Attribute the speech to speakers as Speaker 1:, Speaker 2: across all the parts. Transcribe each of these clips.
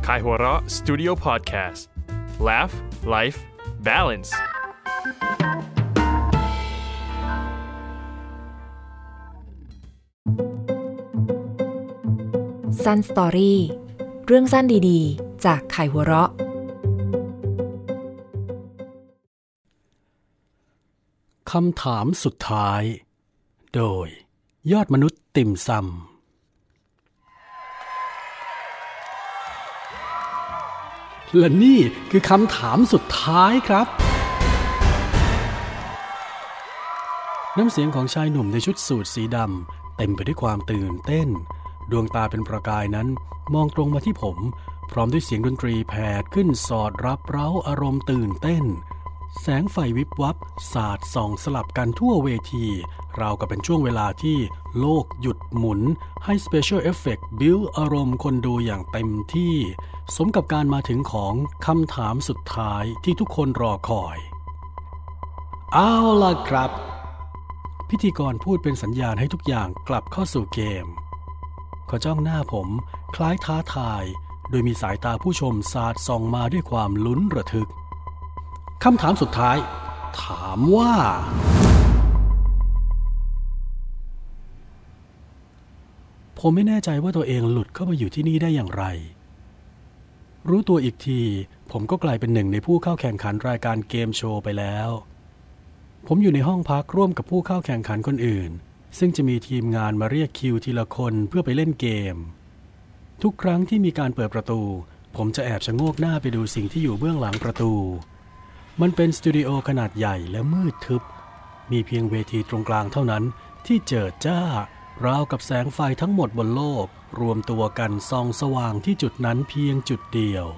Speaker 1: Kaihura Studio Podcast Laugh Life Balance
Speaker 2: Sun Story เรื่องสั้นดีๆจากไข่หัวเราะ
Speaker 3: คำถามสุดท้ายโดยยอดมนุษย์ติ่มซำและนี่คือคำถามสุดท้ายครับน้ำเสียงของชายหนุ่มในชุดสูทสีดำเต็มไปด้วยความตื่นเต้นดวงตาเป็นประกายนั้นมองตรงมาที่ผมพร้อมด้วยเสียงดนตรีแผดขึ้นสอดรับเร้าอารมณ์ตื่นเต้นแสงไฟวิบวับสาดส่องสลับกันทั่วเวทีราวกับเป็นช่วงเวลาที่โลกหยุดหมุนให้ Special Effect บิ้วอารมณ์คนดูอย่างเต็มที่สมกับการมาถึงของคำถามสุดท้ายที่ทุกคนรอคอยเอาล่ะครับพิธีกรพูดเป็นสัญญาณให้ทุกอย่างกลับเข้าสู่เกมเขาจ้องหน้าผมคล้ายท้าทายโดยมีสายตาผู้ชมสาดส่องมาด้วยความลุ้นระทึกคำถามสุดท้ายถามว่าผมไม่แน่ใจว่าตัวเองหลุดเข้ามาอยู่ที่นี่ได้อย่างไรรู้ตัวอีกทีผมก็กลายเป็นหนึ่งในผู้เข้าแข่งขันรายการเกมโชว์ไปแล้วผมอยู่ในห้องพักร่วมกับผู้เข้าแข่งขันคนอื่นซึ่งจะมีทีมงานมาเรียกคิวทีละคนเพื่อไปเล่นเกมทุกครั้งที่มีการเปิดประตูผมจะแอบชะโงกหน้าไปดูสิ่งที่อยู่เบื้องหลังประตูมันเป็นสตูดิโอขนาดใหญ่และมืดทึบมีเพียงเวทีตรงกลางเท่านั้นที่เจิดจ้าราวกับแสงไฟทั้งหมดบนโลกรวมตัวกันส่องสว่างที่จุดนั้นเพียงจุดเดียว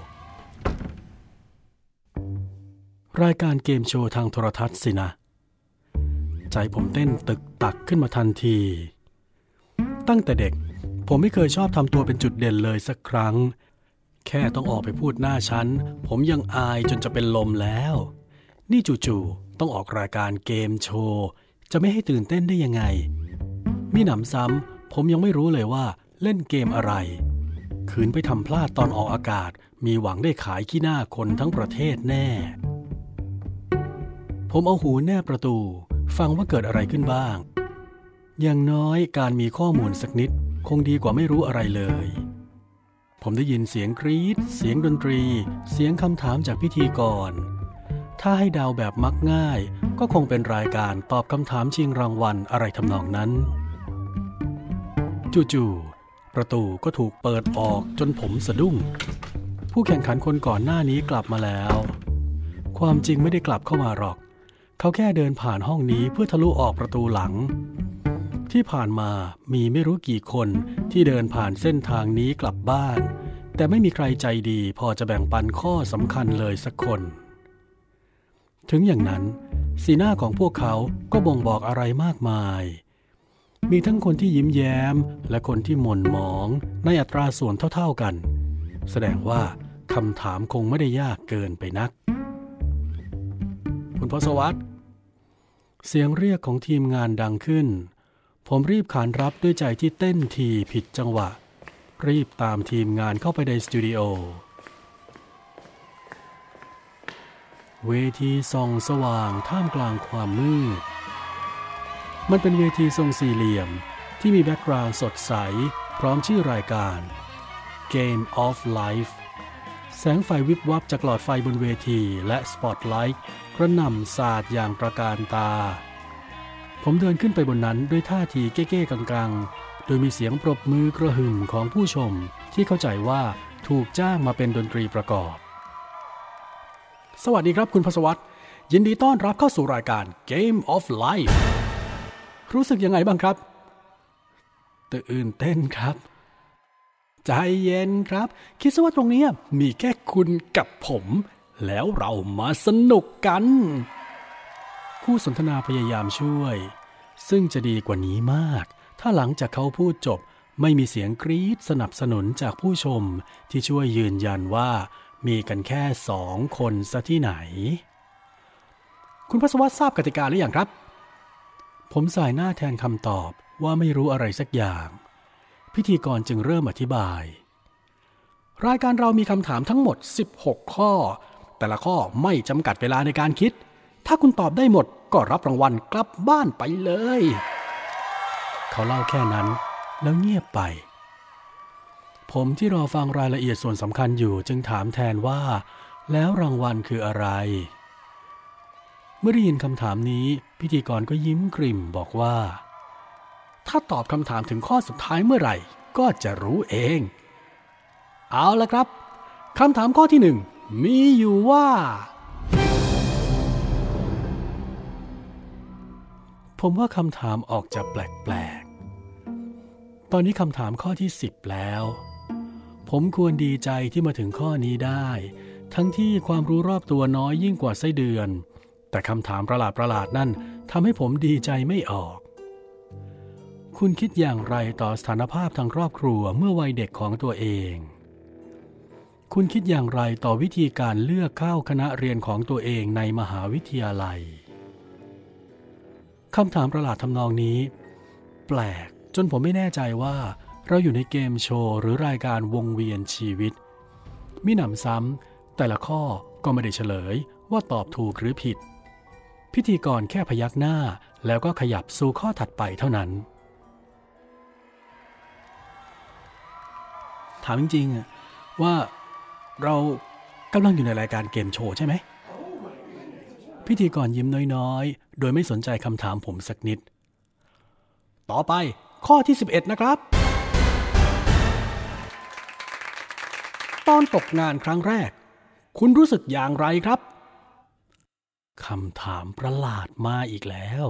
Speaker 3: รายการเกมโชว์ทางโทรทัศน์สินะใจผมเต้นตึกตักขึ้นมาทันทีตั้งแต่เด็กผมไม่เคยชอบทำตัวเป็นจุดเด่นเลยสักครั้งแค่ต้องออกไปพูดหน้าชั้นผมยังอายจนจะเป็นลมแล้วนี่จู่ๆต้องออกรายการเกมโชว์จะไม่ให้ตื่นเต้นได้ยังไงมิหนำซ้ำผมยังไม่รู้เลยว่าเล่นเกมอะไรขืนไปทำพลาดตอนออกอากาศมีหวังได้ขายขี้หน้าคนทั้งประเทศแน่ผมเอาหูแนบประตูฟังว่าเกิดอะไรขึ้นบ้างอย่างน้อยการมีข้อมูลสักนิดคงดีกว่าไม่รู้อะไรเลยผมได้ยินเสียงกรี๊ดเสียงดนตรีเสียงคำถามจากพิธีกรถ้าให้เดาแบบมักง่ายก็คงเป็นรายการตอบคำถามชิงรางวัลอะไรทำนองนั้นจู่ๆประตูก็ถูกเปิดออกจนผมสะดุ้งผู้แข่งขันคนก่อนหน้านี้กลับมาแล้วความจริงไม่ได้กลับเข้ามาหรอกเขาแค่เดินผ่านห้องนี้เพื่อทะลุออกประตูหลังที่ผ่านมามีไม่รู้กี่คนที่เดินผ่านเส้นทางนี้กลับบ้านแต่ไม่มีใครใจดีพอจะแบ่งปันข้อสำคัญเลยสักคนถึงอย่างนั้นสีหน้าของพวกเขาก็บ่งบอกอะไรมากมายมีทั้งคนที่ยิ้มแย้มและคนที่หม่นหมองในอัตราส่วนเท่าๆกันแสดงว่าคำถามคงไม่ได้ยากเกินไปนักคุณพศวัฒน์เสียงเรียกของทีมงานดังขึ้นผมรีบขานรับด้วยใจที่เต้นทีผิดจังหวะรีบตามทีมงานเข้าไปในสตูดิโอเวทีส่องสว่างท่ามกลางความมืดมันเป็นเวทีทรงสี่เหลี่ยมที่มีแบ็กกราวด์สดใสพร้อมชื่อรายการ Game of Life แสงไฟวิบวับจากหลอดไฟบนเวทีและสปอตไลท์กระหน่ำสาดอย่างตระการตาผมเดินขึ้นไปบนนั้นด้วยท่าทีเก้ๆกังๆโดยมีเสียงปรบมือกระหึ่มของผู้ชมที่เข้าใจว่าถูกจ้างมาเป็นดนตรีประกอบสวัสดีครับคุณพศวัฒน์ยินดีต้อนรับเข้าสู่รายการ Game of Life รู้สึกยังไงบ้างครับตื่นเต้นครับใจเย็นครับคิดซะว่าตรงนี้มีแค่คุณกับผมแล้วเรามาสนุกกันคู่สนทนาพยายามช่วยซึ่งจะดีกว่านี้มากถ้าหลังจากเขาพูดจบไม่มีเสียงกรี๊ดสนับสนุนจากผู้ชมที่ช่วยยืนยันว่ามีกันแค่2 คนซะที่ไหนคุณพศวัฒน์ทราบกติกาหรือยังครับผมสายหน้าแทนคำตอบว่าไม่รู้อะไรสักอย่างพิธีกรจึงเริ่มอธิบายรายการเรามีคำถามทั้งหมด16ข้อแต่ละข้อไม่จำกัดเวลาในการคิดถ้าคุณตอบได้หมดก็รับรางวัลกลับบ้านไปเลยเขาเล่าแค่นั้นแล้วเงียบไปผมที่รอฟังรายละเอียดส่วนสำคัญอยู่จึงถามแทนว่าแล้วรางวัลคืออะไรเมื่อได้ยินคำถามนี้พิธีกรก็ยิ้มกริ่มบอกว่าถ้าตอบคำถามถึงข้อสุดท้ายเมื่อไหร่ก็จะรู้เองเอาละครับคำถามข้อที่หนึ่งมีอยู่ว่าผมว่าคำถามออกจะแปลกๆตอนนี้คำถามข้อที่10แล้วผมควรดีใจที่มาถึงข้อนี้ได้ทั้งที่ความรู้รอบตัวน้อยยิ่งกว่าไส้เดือนแต่คำถามประหลาดนั่นทำให้ผมดีใจไม่ออกคุณคิดอย่างไรต่อสถานภาพทางครอบครัวเมื่อวัยเด็กของตัวเองคุณคิดอย่างไรต่อวิธีการเลือกเข้าคณะเรียนของตัวเองในมหาวิทยาลัยคำถามประหลาดทำนองนี้แปลกจนผมไม่แน่ใจว่าเราอยู่ในเกมโชว์หรือรายการวงเวียนชีวิตมิหนำซ้ำแต่ละข้อก็ไม่ได้เฉลยว่าตอบถูกหรือผิดพิธีกรแค่พยักหน้าแล้วก็ขยับสู่ข้อถัดไปเท่านั้นถามจริงๆว่าเรากำลังอยู่ในรายการเกมโชว์ใช่ไหมพิธีกรยิ้มน้อยๆโดยไม่สนใจคำถามผมสักนิดต่อไปข้อที่11นะครับตอนตกงานครั้งแรกคุณรู้สึกอย่างไรครับคำถามประหลาดมาอีกแล้ว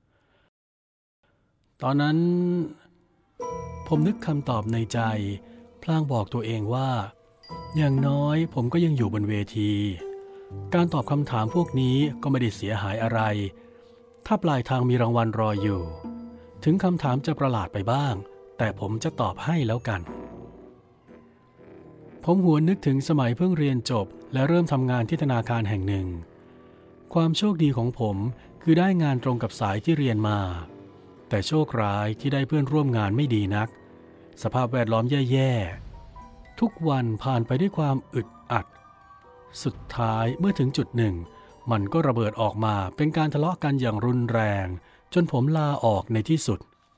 Speaker 3: ตอนนั้นผมนึกคำตอบในใจพลางบอกตัวเองว่าอย่างน้อยผมก็ยังอยู่บนเวทีการตอบคำถามพวกนี้ก็ไม่ได้เสียหายอะไรถ้าปลายทางมีรางวัลรออยู่ถึงคำถามจะประหลาดไปบ้างแต่ผมจะตอบให้แล้วกันผมหวนนึกถึงสมัยเพิ่งเรียนจบและเริ่มทำงานที่ธนาคารแห่งหนึ่งความโชคดีของผมคือได้งานตรงกับสายที่เรียนมาแต่โชคร้ายที่ได้เพื่อนร่วมงานไม่ดีนักสภาพแวดล้อมแย่ๆทุกวันผ่านไปด้วยความอึดอัดสุดท้ายเมื่อถึงจุดหนึ่งมันก็ระเบิดออกมาเป็นการทะเลาะกันอย่างรุนแรงจนผมลาออกในที่สุด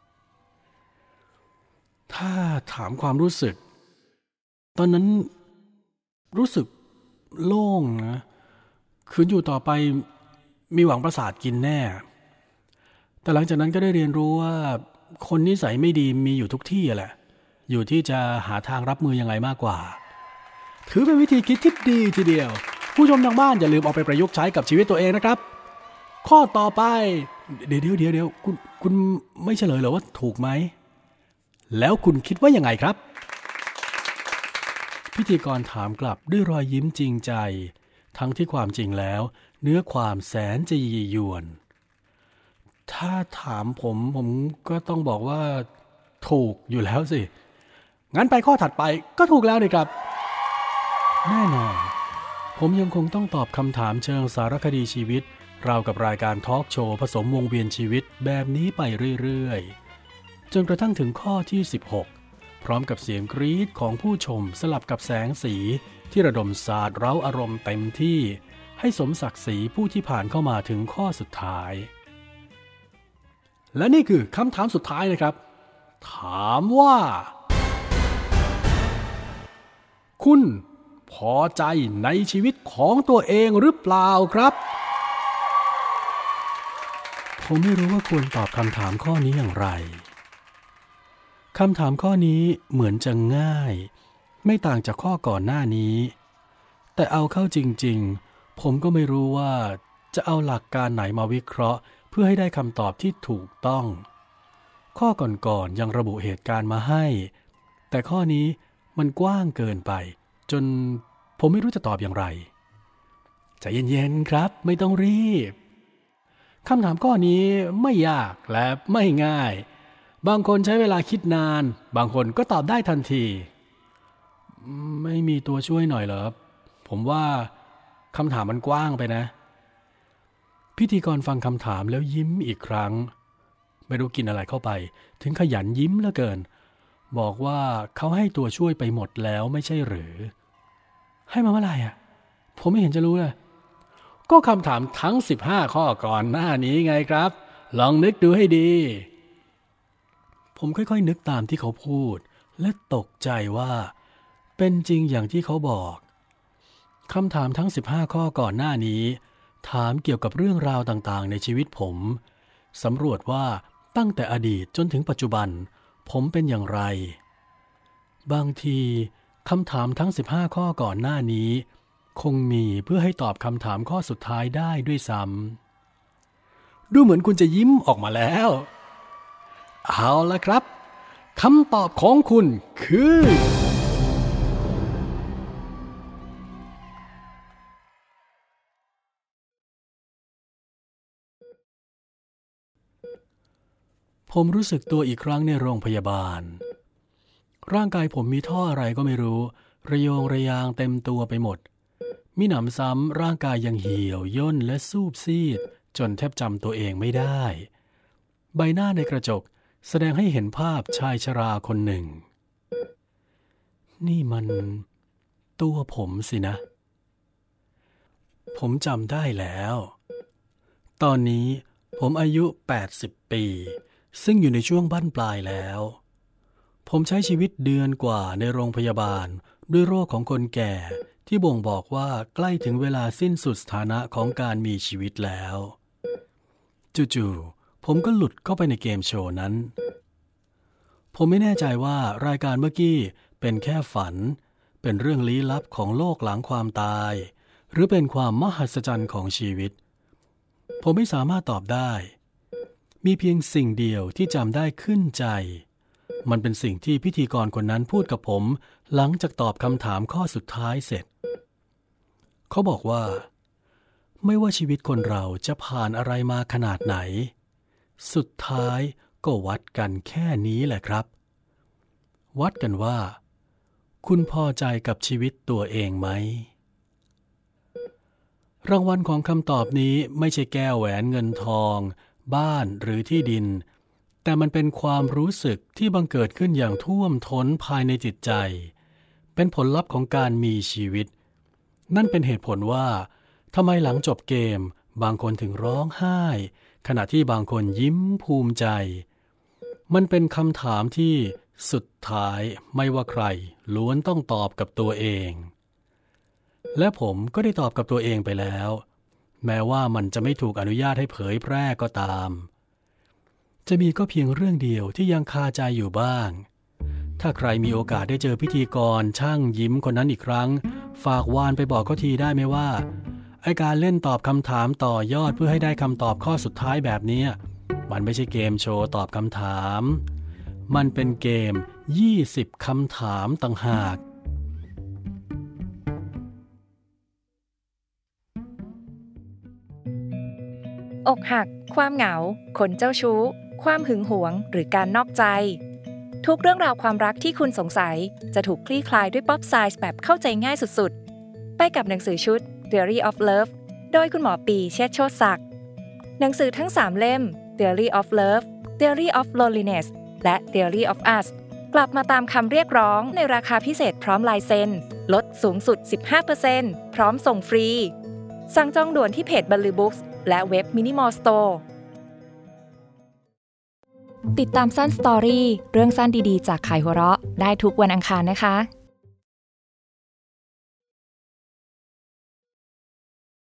Speaker 3: ถ้าถามความรู้สึกตอนนั้นรู้สึกโล่งนะคืนอยู่ต่อไปมีหวังประสาทกินแน่แต่หลังจากนั้นก็ได้เรียนรู้ว่าคนนิสัยไม่ดีมีอยู่ทุกที่แหละอยู่ที่จะหาทางรับมือยังไงมากกว่าถือเป็นวิธีคิดที่ดีทีเดียวผู้ชมทางบ้านอย่าลืมเอาไปประยุกต์ใช้กับชีวิตตัวเองนะครับข้อต่อไปเดี๋ยวคุณไม่เฉลยเหรอว่าถูกไหมแล้วคุณคิดว่ายังไงครับพิธีกรถามกลับด้วยรอยยิ้มจริงใจทั้งที่ความจริงแล้วเนื้อความแสนจะยียวนถ้าถามผมก็ต้องบอกว่าถูกอยู่แล้วสิงั้นไปข้อถัดไปก็ถูกแล้วนี่ครับแน่นอนผมยังคงต้องตอบคำถามเชิงสารคดีชีวิตราวกับรายการทอล์กโชว์ผสมวงเวียนชีวิตแบบนี้ไปเรื่อยๆจนกระทั่งถึงข้อที่16พร้อมกับเสียงกรี๊ดของผู้ชมสลับกับแสงสีที่ระดมสาดเร้าอารมณ์เต็มที่ให้สมศักดิ์ศรีผู้ที่ผ่านเข้ามาถึงข้อสุดท้ายและนี่คือคำถามสุดท้ายนะครับถามว่าคุณพอใจในชีวิตของตัวเองหรือเปล่าครับผมไม่รู้ว่าควรตอบคำถามข้อนี้อย่างไรคำถามข้อนี้เหมือนจะง่ายไม่ต่างจากข้อก่อนหน้านี้แต่เอาเข้าจริงๆผมก็ไม่รู้ว่าจะเอาหลักการไหนมาวิเคราะห์เพื่อให้ได้คำตอบที่ถูกต้องข้อก่อนๆยังระบุเหตุการณ์มาให้แต่ข้อนี้มันกว้างเกินไปจนผมไม่รู้จะตอบอย่างไรใจเย็นๆครับไม่ต้องรีบคำถามข้อนี้ไม่ยากและไม่ง่ายบางคนใช้เวลาคิดนานบางคนก็ตอบได้ทันทีไม่มีตัวช่วยหน่อยเหรอผมว่าคำถามมันกว้างไปนะพิธีกรฟังคำถามแล้วยิ้มอีกครั้งไม่รู้กินอะไรเข้าไปถึงขยันยิ้มเหลือเกินบอกว่าเขาให้ตัวช่วยไปหมดแล้วไม่ใช่หรือให้มาเมื่อไหร่อ่ะผมไม่เห็นจะรู้เลยก็คำถามทั้ง15ข้อก่อนหน้านี้ไงครับลองนึกดูให้ดีผมค่อยๆนึกตามที่เขาพูดและตกใจว่าเป็นจริงอย่างที่เขาบอกคำถามทั้ง15ข้อก่อนหน้านี้ถามเกี่ยวกับเรื่องราวต่างๆในชีวิตผมสำรวจว่าตั้งแต่อดีตจนถึงปัจจุบันผมเป็นอย่างไรบางทีคำถามทั้ง15ข้อก่อนหน้านี้คงมีเพื่อให้ตอบคำถามข้อสุดท้ายได้ด้วยซ้ำดูเหมือนคุณจะยิ้มออกมาแล้วเอาละครับคำตอบของคุณคือผมรู้สึกตัวอีกครั้งในโรงพยาบาลร่างกายผมมีท่ออะไรก็ไม่รู้ระโยงระยางเต็มตัวไปหมดมิหนำซ้ำร่างกายยังเหี่ยวย่นและซูบซีดจนแทบจำตัวเองไม่ได้ใบหน้าในกระจกแสดงให้เห็นภาพชายชราคนหนึ่งนี่มันตัวผมสินะผมจำได้แล้วตอนนี้ผมอายุ80ปีซึ่งอยู่ในช่วงบั้นปลายแล้วผมใช้ชีวิตเดือนกว่าในโรงพยาบาลด้วยโรคของคนแก่ที่บ่งบอกว่าใกล้ถึงเวลาสิ้นสุดสถานะของการมีชีวิตแล้วจู่ๆผมก็หลุดเข้าไปในเกมโชว์นั้นผมไม่แน่ใจว่ารายการเมื่อกี้เป็นแค่ฝันเป็นเรื่องลี้ลับของโลกหลังความตายหรือเป็นความมหัศจรรย์ของชีวิตผมไม่สามารถตอบได้มีเพียงสิ่งเดียวที่จำได้ขึ้นใจมันเป็นสิ่งที่พิธีกรคนนั้นพูดกับผมหลังจากตอบคำถามข้อสุดท้ายเสร็จเขาบอกว่าไม่ว่าชีวิตคนเราจะผ่านอะไรมาขนาดไหนสุดท้ายก็วัดกันแค่นี้แหละครับวัดกันว่าคุณพอใจกับชีวิตตัวเองไหมรางวัลของคำตอบนี้ไม่ใช่แก้วแหวนเงินทองบ้านหรือที่ดินแต่มันเป็นความรู้สึกที่บังเกิดขึ้นอย่างท่วมท้นภายในจิตใจเป็นผลลัพธ์ของการมีชีวิตนั่นเป็นเหตุผลว่าทำไมหลังจบเกมบางคนถึงร้องไห้ขณะที่บางคนยิ้มภูมิใจมันเป็นคำถามที่สุดท้ายไม่ว่าใครล้วนต้องตอบกับตัวเองและผมก็ได้ตอบกับตัวเองไปแล้วแม้ว่ามันจะไม่ถูกอนุญาตให้เผยแพร่ก็ตามจะมีก็เพียงเรื่องเดียวที่ยังคาใจอยู่บ้างถ้าใครมีโอกาสได้เจอพิธีกรช่างยิ้มคนนั้นอีกครั้งฝากวานไปบอกเขาทีได้ไหมว่าไอ้การเล่นตอบคำถามต่อยอดเพื่อให้ได้คำตอบข้อสุดท้ายแบบนี้มันไม่ใช่เกมโชว์ตอบคำถามมันเป็นเกม20คำถามต่างหาก
Speaker 2: อกหักความเหงาคนเจ้าชู้ความหึงหวงหรือการนอกใจทุกเรื่องราวความรักที่คุณสงสัยจะถูกคลี่คลายด้วยป๊อปไซส์แบบเข้าใจง่ายสุดๆไปกับหนังสือชุด Theory of Love โดยคุณหมอปีเชษฐ์โชติศักดิ์หนังสือทั้ง3เล่ม Theory of Love Theory of Loneliness และ Theory of Us กลับมาตามคำเรียกร้องในราคาพิเศษพร้อมลายเซ็นลดสูงสุด 15% พร้อมส่งฟรีสั่งจองด่วนที่เพจบัลลือบุ๊กส์และเว็บ Minimal Store ติดตามสั้นสตอรี่เรื่องสั้นดีๆจากข่ายหัวเราะได้ทุกวันอังคารนะคะ